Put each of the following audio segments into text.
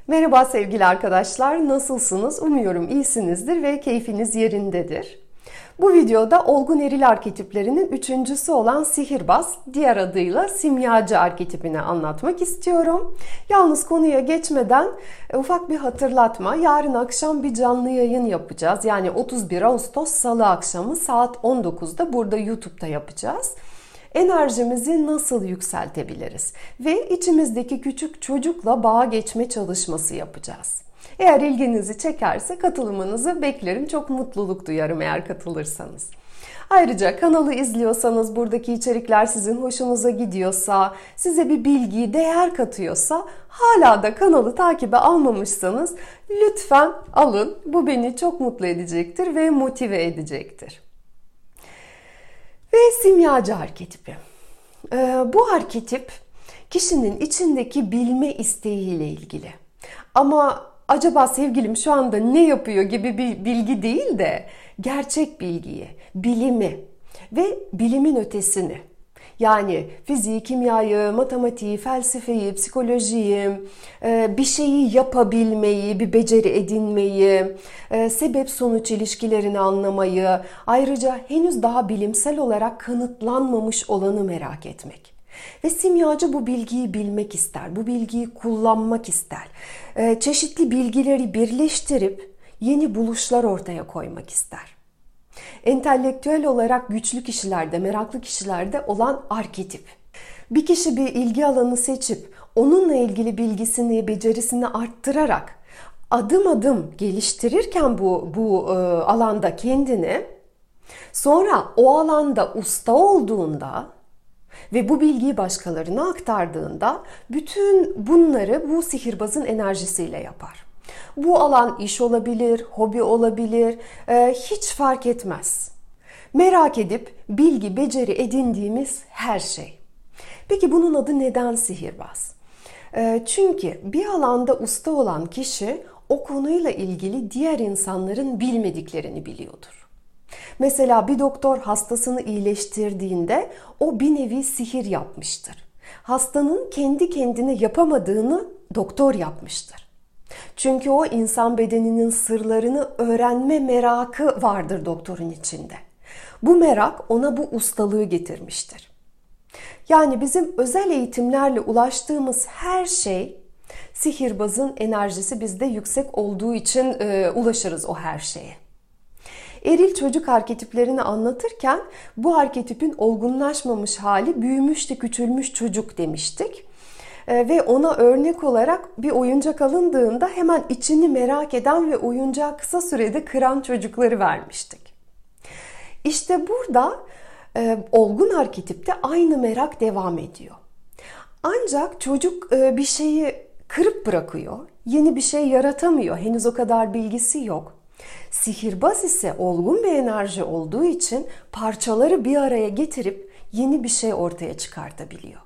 Merhaba sevgili arkadaşlar, nasılsınız? Umuyorum iyisinizdir ve keyfiniz yerindedir. Bu videoda olgun eril arketiplerinin üçüncüsü olan sihirbaz, diğer adıyla simyacı arketipini anlatmak istiyorum. Yalnız konuya geçmeden ufak bir hatırlatma. Yarın akşam bir canlı yayın yapacağız. Yani 31 Ağustos Salı akşamı saat 19'da burada YouTube'da yapacağız. Enerjimizi nasıl yükseltebiliriz? Ve içimizdeki küçük çocukla bağa geçme çalışması yapacağız. Eğer ilginizi çekerse katılımınızı beklerim. Çok mutluluk duyarım eğer katılırsanız. Ayrıca kanalı izliyorsanız, buradaki içerikler sizin hoşunuza gidiyorsa, size bir bilgi, değer katıyorsa, hala da kanalı takibe almamışsanız lütfen alın. Bu beni çok mutlu edecektir ve motive edecektir. Ve simyacı arketipi. Bu arketip kişinin içindeki bilme isteğiyle ilgili. Ama acaba sevgilim şu anda ne yapıyor gibi bir bilgi değil de gerçek bilgiyi, bilimi ve bilimin ötesini, yani fiziği, kimyayı, matematiği, felsefeyi, psikolojiyi, bir şeyi yapabilmeyi, bir beceri edinmeyi, sebep-sonuç ilişkilerini anlamayı, ayrıca henüz daha bilimsel olarak kanıtlanmamış olanı merak etmek. Ve simyacı bu bilgiyi bilmek ister, bu bilgiyi kullanmak ister. Çeşitli bilgileri birleştirip yeni buluşlar ortaya koymak ister. Entelektüel olarak güçlü kişilerde, meraklı kişilerde olan arketip. Bir kişi bir ilgi alanı seçip onunla ilgili bilgisini, becerisini arttırarak adım adım geliştirirken bu alanda kendini, sonra o alanda usta olduğunda ve bu bilgiyi başkalarına aktardığında bütün bunları bu sihirbazın enerjisiyle yapar. Bu alan iş olabilir, hobi olabilir, hiç fark etmez. Merak edip bilgi, beceri edindiğimiz her şey. Peki bunun adı neden sihirbaz? Çünkü bir alanda usta olan kişi o konuyla ilgili diğer insanların bilmediklerini biliyordur. Mesela bir doktor hastasını iyileştirdiğinde o bir nevi sihir yapmıştır. Hastanın kendi kendine yapamadığını doktor yapmıştır. Çünkü o insan bedeninin sırlarını öğrenme merakı vardır doktorun içinde. Bu merak ona bu ustalığı getirmiştir. Yani bizim özel eğitimlerle ulaştığımız her şey, sihirbazın enerjisi bizde yüksek olduğu için ulaşırız o her şeye. Eril çocuk arketiplerini anlatırken bu arketipin olgunlaşmamış hali büyümüş de küçülmüş çocuk demiştik. Ve ona örnek olarak bir oyuncak alındığında hemen içini merak eden ve oyuncağı kısa sürede kıran çocukları vermiştik. İşte burada olgun arketipte aynı merak devam ediyor. Ancak çocuk bir şeyi kırıp bırakıyor, yeni bir şey yaratamıyor, henüz o kadar bilgisi yok. Sihirbaz ise olgun bir enerji olduğu için parçaları bir araya getirip yeni bir şey ortaya çıkartabiliyor.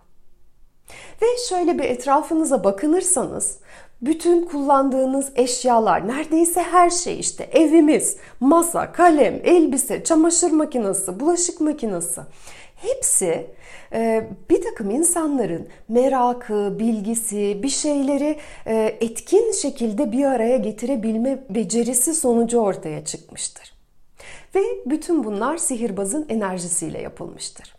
Ve şöyle bir etrafınıza bakınırsanız, bütün kullandığınız eşyalar, neredeyse her şey, işte evimiz, masa, kalem, elbise, çamaşır makinesi, bulaşık makinesi, hepsi bir takım insanların merakı, bilgisi, bir şeyleri etkin şekilde bir araya getirebilme becerisi sonucu ortaya çıkmıştır. Ve bütün bunlar sihirbazın enerjisiyle yapılmıştır.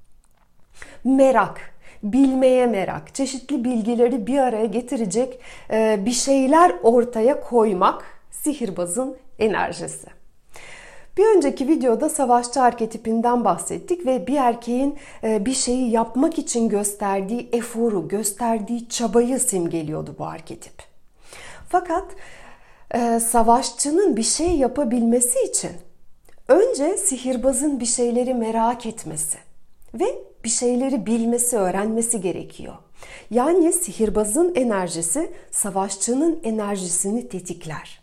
Merak, bilmeye merak, çeşitli bilgileri bir araya getirecek bir şeyler ortaya koymak sihirbazın enerjisi. Bir önceki videoda savaşçı arketipinden bahsettik ve bir erkeğin bir şeyi yapmak için gösterdiği eforu, gösterdiği çabayı simgeliyordu bu arketip. Fakat savaşçının bir şey yapabilmesi için önce sihirbazın bir şeyleri merak etmesi ve bir şeyleri bilmesi, öğrenmesi gerekiyor. Yani sihirbazın enerjisi savaşçının enerjisini tetikler.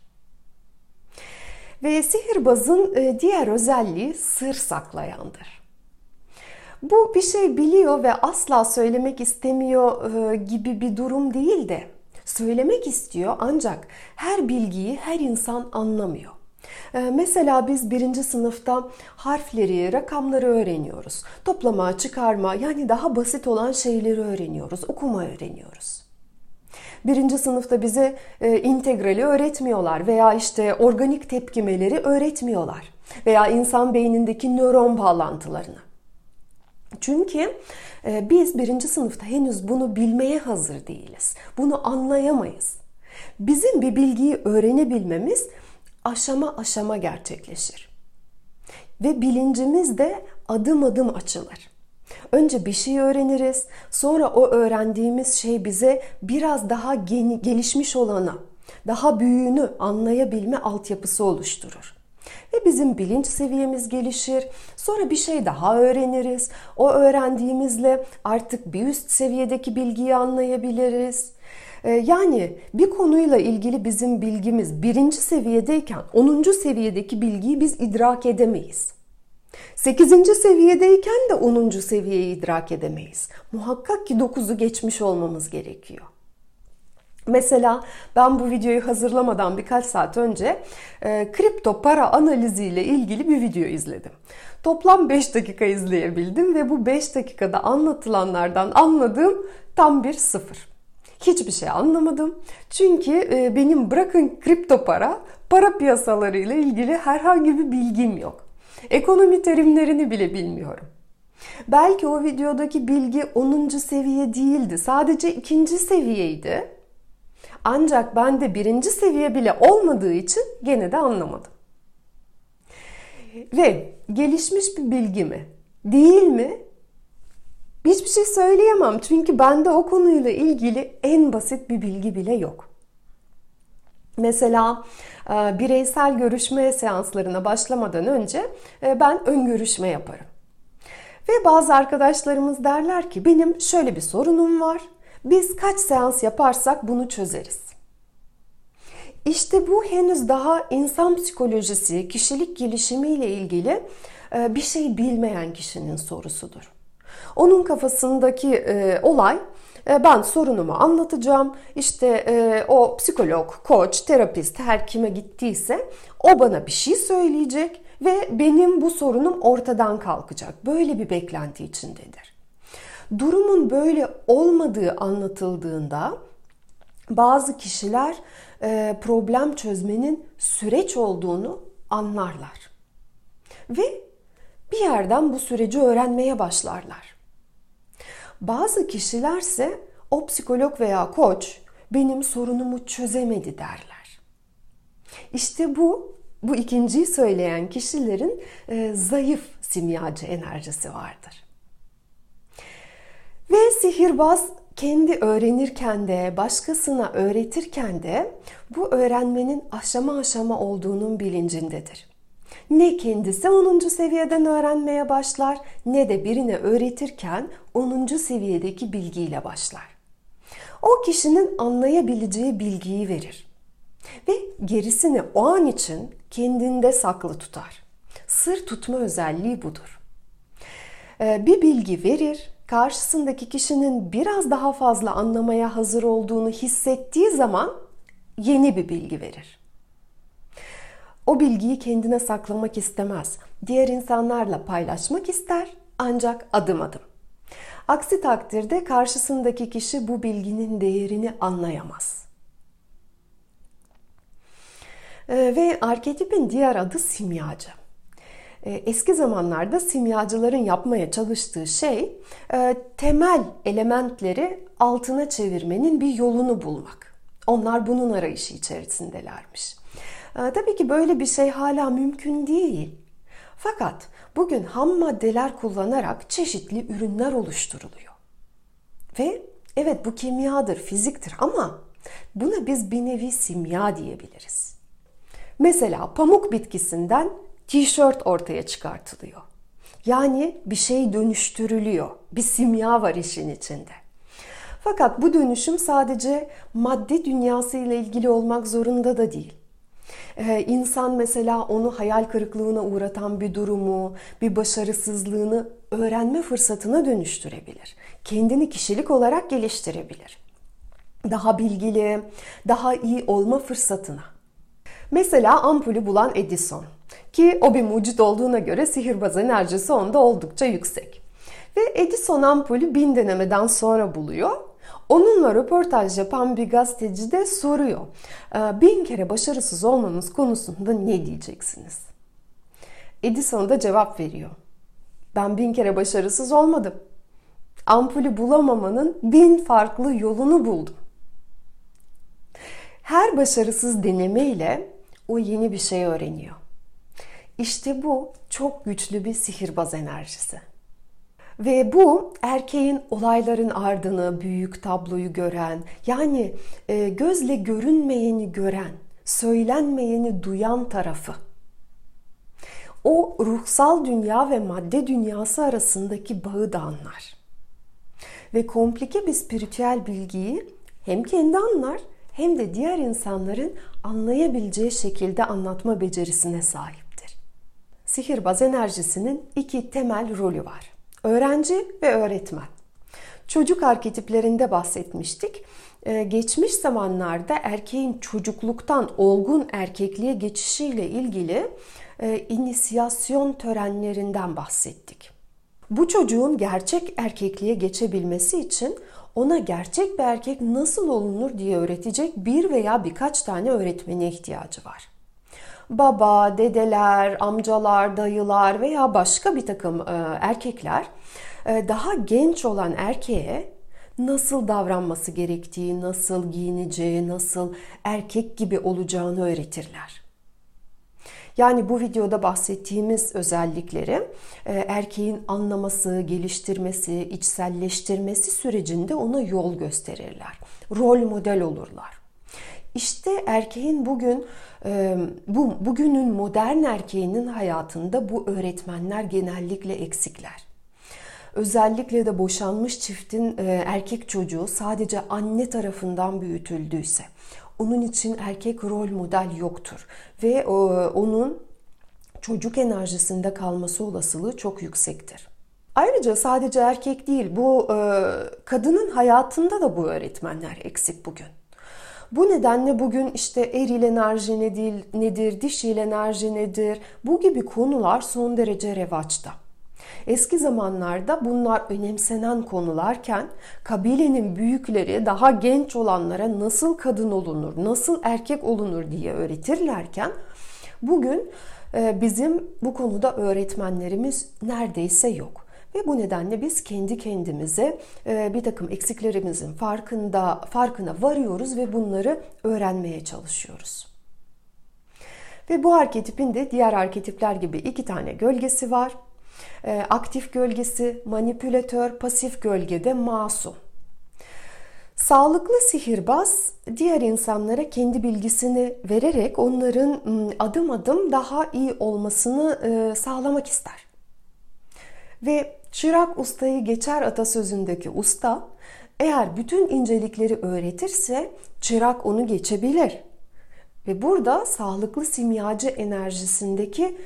Ve sihirbazın diğer özelliği sır saklayandır. Bu bir şey biliyor ve asla söylemek istemiyor gibi bir durum değil de söylemek istiyor ancak her bilgiyi her insan anlamıyor. Mesela biz 1. sınıfta harfleri, rakamları öğreniyoruz. Toplama, çıkarma, yani daha basit olan şeyleri öğreniyoruz, okuma öğreniyoruz. Birinci sınıfta bize integrali öğretmiyorlar veya işte organik tepkimeleri öğretmiyorlar veya insan beynindeki nöron bağlantılarını. Çünkü biz birinci sınıfta henüz bunu bilmeye hazır değiliz. Bunu anlayamayız. Bizim bir bilgiyi öğrenebilmemiz aşama aşama gerçekleşir. Ve bilincimiz de adım adım açılır. Önce bir şey öğreniriz, sonra o öğrendiğimiz şey bize biraz daha gelişmiş olanı, daha büyüğünü anlayabilme altyapısı oluşturur. Ve bizim bilinç seviyemiz gelişir, sonra bir şey daha öğreniriz. O öğrendiğimizle artık bir üst seviyedeki bilgiyi anlayabiliriz. Yani bir konuyla ilgili bizim bilgimiz birinci seviyedeyken 10. seviyedeki bilgiyi biz idrak edemeyiz. 8. seviyedeyken de 10. seviyeyi idrak edemeyiz. Muhakkak ki 9'u geçmiş olmamız gerekiyor. Mesela ben bu videoyu hazırlamadan birkaç saat önce kripto para analiziyle ilgili bir video izledim. Toplam 5 dakika izleyebildim ve bu 5 dakikada anlatılanlardan anladığım tam bir sıfır. Hiçbir şey anlamadım. Çünkü benim bırakın kripto para piyasalarıyla ilgili herhangi bir bilgim yok. Ekonomi terimlerini bile bilmiyorum. Belki o videodaki bilgi 10. seviye değildi. Sadece 2. seviyeydi. Ancak bende 1. seviye bile olmadığı için gene de anlamadım. Ve gelişmiş bir bilgi mi? Değil mi? Hiçbir şey söyleyemem. Çünkü bende o konuyla ilgili en basit bir bilgi bile yok. Mesela bireysel görüşme seanslarına başlamadan önce ben ön görüşme yaparım. Ve bazı arkadaşlarımız derler ki benim şöyle bir sorunum var. Biz kaç seans yaparsak bunu çözeriz. İşte bu henüz daha insan psikolojisi, kişilik gelişimiyle ilgili bir şey bilmeyen kişinin sorusudur. Onun kafasındaki olay ben sorunumu anlatacağım. İşte o psikolog, koç, terapist her kime gittiyse o bana bir şey söyleyecek ve benim bu sorunum ortadan kalkacak. Böyle bir beklenti içindedir. Durumun böyle olmadığı anlatıldığında bazı kişiler problem çözmenin süreç olduğunu anlarlar. Ve bir yerden bu süreci öğrenmeye başlarlar. Bazı kişilerse o psikolog veya koç benim sorunumu çözemedi derler. İşte bu ikinciyi söyleyen kişilerin zayıf simyacı enerjisi vardır. Ve sihirbaz kendi öğrenirken de, başkasına öğretirken de bu öğrenmenin aşama aşama olduğunun bilincindedir. Ne kendisi 10. seviyeden öğrenmeye başlar ne de birine öğretirken 10. seviyedeki bilgiyle başlar. O kişinin anlayabileceği bilgiyi verir. Ve gerisini o an için kendinde saklı tutar. Sır tutma özelliği budur. Bir bilgi verir, karşısındaki kişinin biraz daha fazla anlamaya hazır olduğunu hissettiği zaman yeni bir bilgi verir. O bilgiyi kendine saklamak istemez. Diğer insanlarla paylaşmak ister ancak adım adım. Aksi takdirde karşısındaki kişi bu bilginin değerini anlayamaz. Ve arketipin diğer adı simyacı. Eski zamanlarda simyacıların yapmaya çalıştığı şey temel elementleri altına çevirmenin bir yolunu bulmak. Onlar bunun arayışı içerisindelermiş. Tabii ki böyle bir şey hala mümkün değil. Fakat bugün ham maddeler kullanarak çeşitli ürünler oluşturuluyor. Ve evet bu kimyadır, fiziktir ama buna biz bir nevi simya diyebiliriz. Mesela pamuk bitkisinden tişört ortaya çıkartılıyor. Yani bir şey dönüştürülüyor. Bir simya var işin içinde. Fakat bu dönüşüm sadece madde dünyası ile ilgili olmak zorunda da değil. İnsan mesela onu hayal kırıklığına uğratan bir durumu, bir başarısızlığını öğrenme fırsatına dönüştürebilir. Kendini kişilik olarak geliştirebilir. Daha bilgili, daha iyi olma fırsatına. Mesela ampulü bulan Edison. Ki o bir mucit olduğuna göre sihirbaz enerjisi onda oldukça yüksek. Ve Edison ampulü 1000 denemeden sonra buluyor. Onunla röportaj yapan bir gazeteci de soruyor. 1000 kere başarısız olmanız konusunda ne diyeceksiniz? Edison da cevap veriyor. Ben 1000 kere başarısız olmadım. Ampulü bulamamanın 1000 farklı yolunu buldum. Her başarısız denemeyle o yeni bir şey öğreniyor. İşte bu çok güçlü bir sihirbaz enerjisi. Ve bu erkeğin olayların ardını, büyük tabloyu gören, yani gözle görünmeyeni gören, söylenmeyeni duyan tarafı. O ruhsal dünya ve madde dünyası arasındaki bağı da anlar. Ve komplike bir spiritüel bilgiyi hem kendi anlar hem de diğer insanların anlayabileceği şekilde anlatma becerisine sahiptir. Sihirbaz enerjisinin 2 temel rolü var. Öğrenci ve öğretmen. Çocuk arketiplerinde bahsetmiştik. Geçmiş zamanlarda erkeğin çocukluktan olgun erkekliğe geçişiyle ilgili inisiyasyon törenlerinden bahsettik. Bu çocuğun gerçek erkekliğe geçebilmesi için ona gerçek bir erkek nasıl olunur diye öğretecek bir veya birkaç tane öğretmene ihtiyacı var. Baba, dedeler, amcalar, dayılar veya başka bir takım erkekler daha genç olan erkeğe nasıl davranması gerektiği, nasıl giyineceği, nasıl erkek gibi olacağını öğretirler. Yani bu videoda bahsettiğimiz özellikleri erkeğin anlaması, geliştirmesi, içselleştirmesi sürecinde ona yol gösterirler. Rol model olurlar. İşte erkeğin bugünün modern erkeğinin hayatında bu öğretmenler genellikle eksikler. Özellikle de boşanmış çiftin erkek çocuğu sadece anne tarafından büyütüldüyse, onun için erkek rol model yoktur ve onun çocuk enerjisinde kalması olasılığı çok yüksektir. Ayrıca sadece erkek değil, bu kadının hayatında da bu öğretmenler eksik bugün. Bu nedenle bugün işte eril enerji nedir, dişil enerji nedir, bu gibi konular son derece revaçta. Eski zamanlarda bunlar önemsenen konularken kabilenin büyükleri daha genç olanlara nasıl kadın olunur, nasıl erkek olunur diye öğretirlerken bugün bizim bu konuda öğretmenlerimiz neredeyse yok. Ve bu nedenle biz kendi kendimize bir takım eksiklerimizin farkına varıyoruz ve bunları öğrenmeye çalışıyoruz. Ve bu arketipin de diğer arketipler gibi 2 tane gölgesi var. Aktif gölgesi, manipülatör, pasif gölgede masum. Sağlıklı sihirbaz diğer insanlara kendi bilgisini vererek onların adım adım daha iyi olmasını sağlamak ister. Ve çırak ustayı geçer atasözündeki usta, eğer bütün incelikleri öğretirse çırak onu geçebilir. Ve burada sağlıklı simyacı enerjisindeki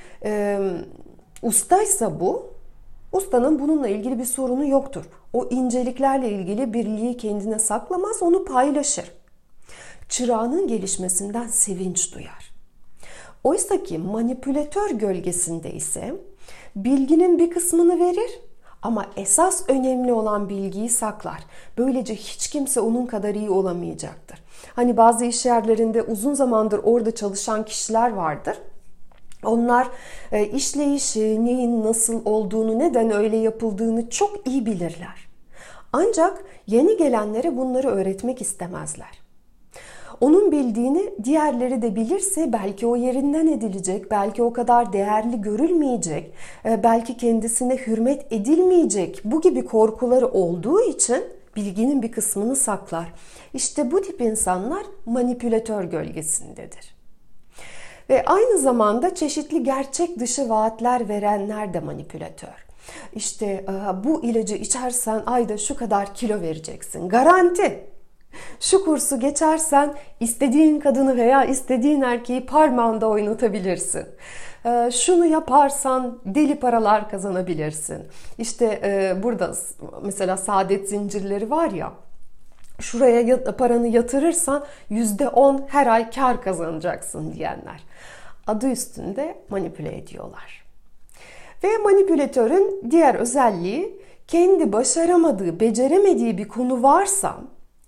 ustaysa bu, ustanın bununla ilgili bir sorunu yoktur. O inceliklerle ilgili birliği kendine saklamaz, onu paylaşır. Çırağının gelişmesinden sevinç duyar. Oysa ki manipülatör gölgesinde ise bilginin bir kısmını verir ama esas önemli olan bilgiyi saklar. Böylece hiç kimse onun kadar iyi olamayacaktır. Hani bazı iş yerlerinde uzun zamandır orada çalışan kişiler vardır. Onlar işleyişi, neyin nasıl olduğunu, neden öyle yapıldığını çok iyi bilirler. Ancak yeni gelenlere bunları öğretmek istemezler. Onun bildiğini diğerleri de bilirse belki o yerinden edilecek, belki o kadar değerli görülmeyecek, belki kendisine hürmet edilmeyecek, bu gibi korkuları olduğu için bilginin bir kısmını saklar. İşte bu tip insanlar manipülatör gölgesindedir. Ve aynı zamanda çeşitli gerçek dışı vaatler verenler de manipülatör. İşte bu ilacı içersen ayda şu kadar kilo vereceksin. Garanti. Şu kursu geçersen istediğin kadını veya istediğin erkeği parmağında oynatabilirsin. Şunu yaparsan deli paralar kazanabilirsin. İşte burada mesela saadet zincirleri var ya. Şuraya paranı yatırırsan %10 her ay kar kazanacaksın diyenler. Adı üstünde manipüle ediyorlar. Ve manipülatörün diğer özelliği kendi başaramadığı, beceremediği bir konu varsa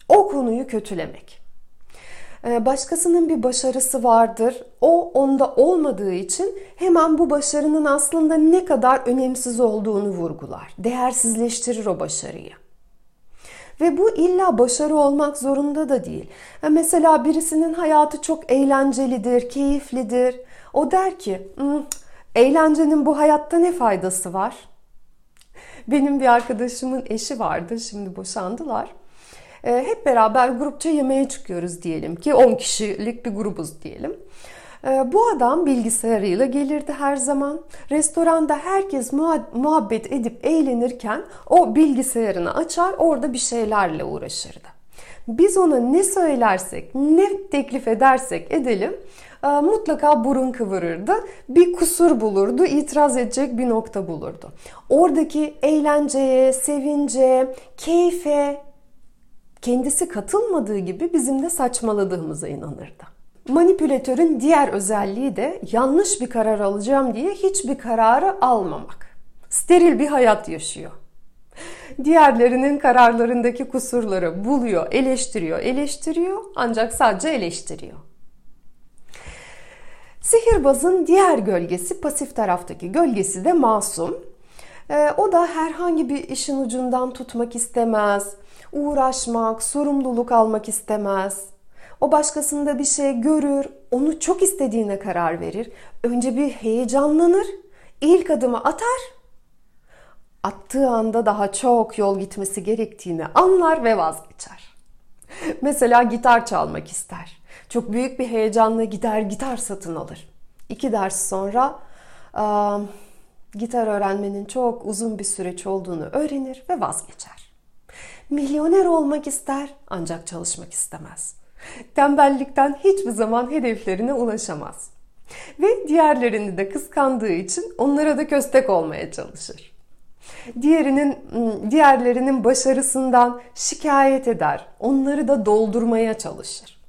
o konuyu kötülemek. Başkasının bir başarısı vardır. O onda olmadığı için hemen bu başarının aslında ne kadar önemsiz olduğunu vurgular. Değersizleştirir o başarıyı. Ve bu illa başarı olmak zorunda da değil. Mesela birisinin hayatı çok eğlencelidir, keyiflidir. O der ki, eğlencenin bu hayatta ne faydası var? Benim bir arkadaşımın eşi vardı, şimdi boşandılar. Hep beraber grupça yemeğe çıkıyoruz diyelim ki 10 kişilik bir grubuz diyelim. Bu adam bilgisayarıyla gelirdi her zaman. Restoranda herkes muhabbet edip eğlenirken o bilgisayarını açar, orada bir şeylerle uğraşırdı. Biz ona ne söylersek, ne teklif edersek edelim mutlaka burun kıvırırdı. Bir kusur bulurdu, itiraz edecek bir nokta bulurdu. Oradaki eğlenceye, sevince, keyfe kendisi katılmadığı gibi bizim de saçmaladığımıza inanırdı. Manipülatörün diğer özelliği de yanlış bir karar alacağım diye hiçbir kararı almamak. Steril bir hayat yaşıyor. Diğerlerinin kararlarındaki kusurları buluyor, eleştiriyor ancak sadece eleştiriyor. Sihirbazın diğer gölgesi, pasif taraftaki gölgesi de masum. O da herhangi bir işin ucundan tutmak istemez, uğraşmak, sorumluluk almak istemez. O başkasında bir şey görür, onu çok istediğine karar verir. Önce bir heyecanlanır, ilk adımı atar. Attığı anda daha çok yol gitmesi gerektiğini anlar ve vazgeçer. Mesela gitar çalmak ister. Çok büyük bir heyecanla gider gitar satın alır. 2 ders sonra gitar öğrenmenin çok uzun bir süreç olduğunu öğrenir ve vazgeçer. Milyoner olmak ister ancak çalışmak istemez. Tembellikten hiçbir zaman hedeflerine ulaşamaz. Ve diğerlerini de kıskandığı için onlara da köstek olmaya çalışır. Diğerlerinin başarısından şikayet eder. Onları da doldurmaya çalışır.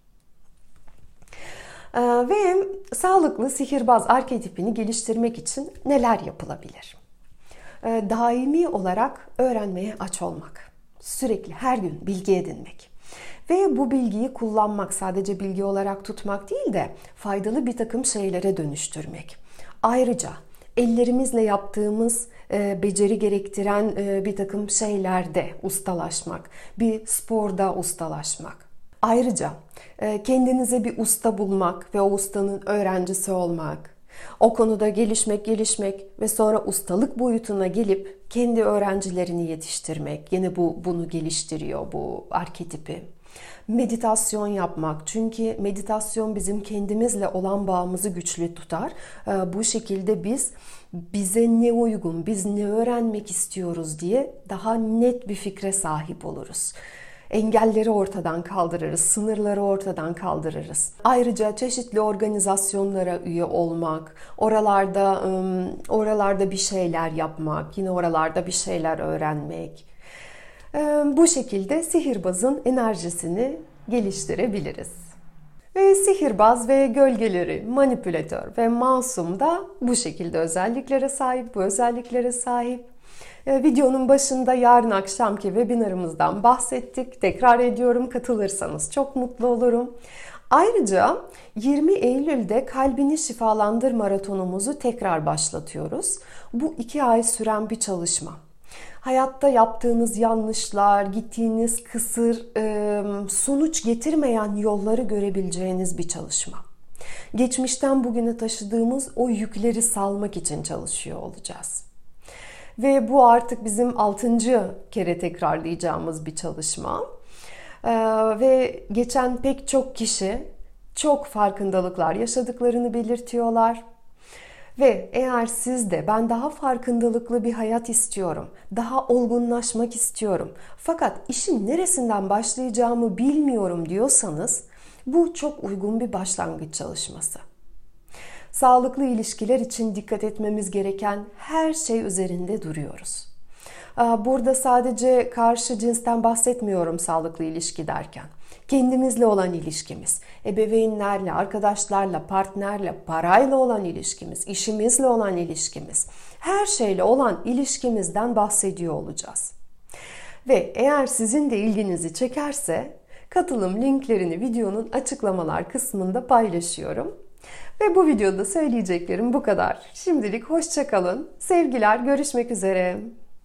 Ve sağlıklı sihirbaz arketipini geliştirmek için neler yapılabilir? Daimi olarak öğrenmeye aç olmak. Sürekli her gün bilgi edinmek. Ve bu bilgiyi kullanmak, sadece bilgi olarak tutmak değil de faydalı bir takım şeylere dönüştürmek. Ayrıca ellerimizle yaptığımız beceri gerektiren bir takım şeylerde ustalaşmak, bir sporda ustalaşmak. Ayrıca kendinize bir usta bulmak ve o ustanın öğrencisi olmak, o konuda gelişmek ve sonra ustalık boyutuna gelip kendi öğrencilerini yetiştirmek. Yine bunu geliştiriyor bu arketipi. Meditasyon yapmak. Çünkü meditasyon bizim kendimizle olan bağımızı güçlü tutar. Bu şekilde bize ne uygun, biz ne öğrenmek istiyoruz diye daha net bir fikre sahip oluruz. Engelleri ortadan kaldırırız, sınırları ortadan kaldırırız. Çeşitli organizasyonlara üye olmak, oralarda bir şeyler yapmak, yine oralarda bir şeyler öğrenmek. Bu şekilde sihirbazın enerjisini geliştirebiliriz. Ve sihirbaz ve gölgeleri, manipülatör ve masum da bu şekilde bu özelliklere sahip. Videonun başında yarın akşamki webinarımızdan bahsettik. Tekrar ediyorum, katılırsanız çok mutlu olurum. Ayrıca 20 Eylül'de Kalbini Şifalandır maratonumuzu tekrar başlatıyoruz. Bu 2 ay süren bir çalışma. Hayatta yaptığınız yanlışlar, gittiğiniz kısır, sonuç getirmeyen yolları görebileceğiniz bir çalışma. Geçmişten bugüne taşıdığımız o yükleri salmak için çalışıyor olacağız. Ve bu artık bizim 6. kere tekrarlayacağımız bir çalışma. Ve geçen pek çok kişi çok farkındalıklar yaşadıklarını belirtiyorlar. Ve eğer siz de ben daha farkındalıklı bir hayat istiyorum, daha olgunlaşmak istiyorum fakat işin neresinden başlayacağımı bilmiyorum diyorsanız bu çok uygun bir başlangıç çalışması. Sağlıklı ilişkiler için dikkat etmemiz gereken her şey üzerinde duruyoruz. Burada sadece karşı cinsten bahsetmiyorum sağlıklı ilişki derken. Kendimizle olan ilişkimiz, ebeveynlerle, arkadaşlarla, partnerle, parayla olan ilişkimiz, işimizle olan ilişkimiz, her şeyle olan ilişkimizden bahsediyor olacağız. Ve eğer sizin de ilginizi çekerse Katılım linklerini videonun açıklamalar kısmında paylaşıyorum. Ve bu videoda söyleyeceklerim bu kadar. Şimdilik hoşça kalın. Sevgiler, görüşmek üzere.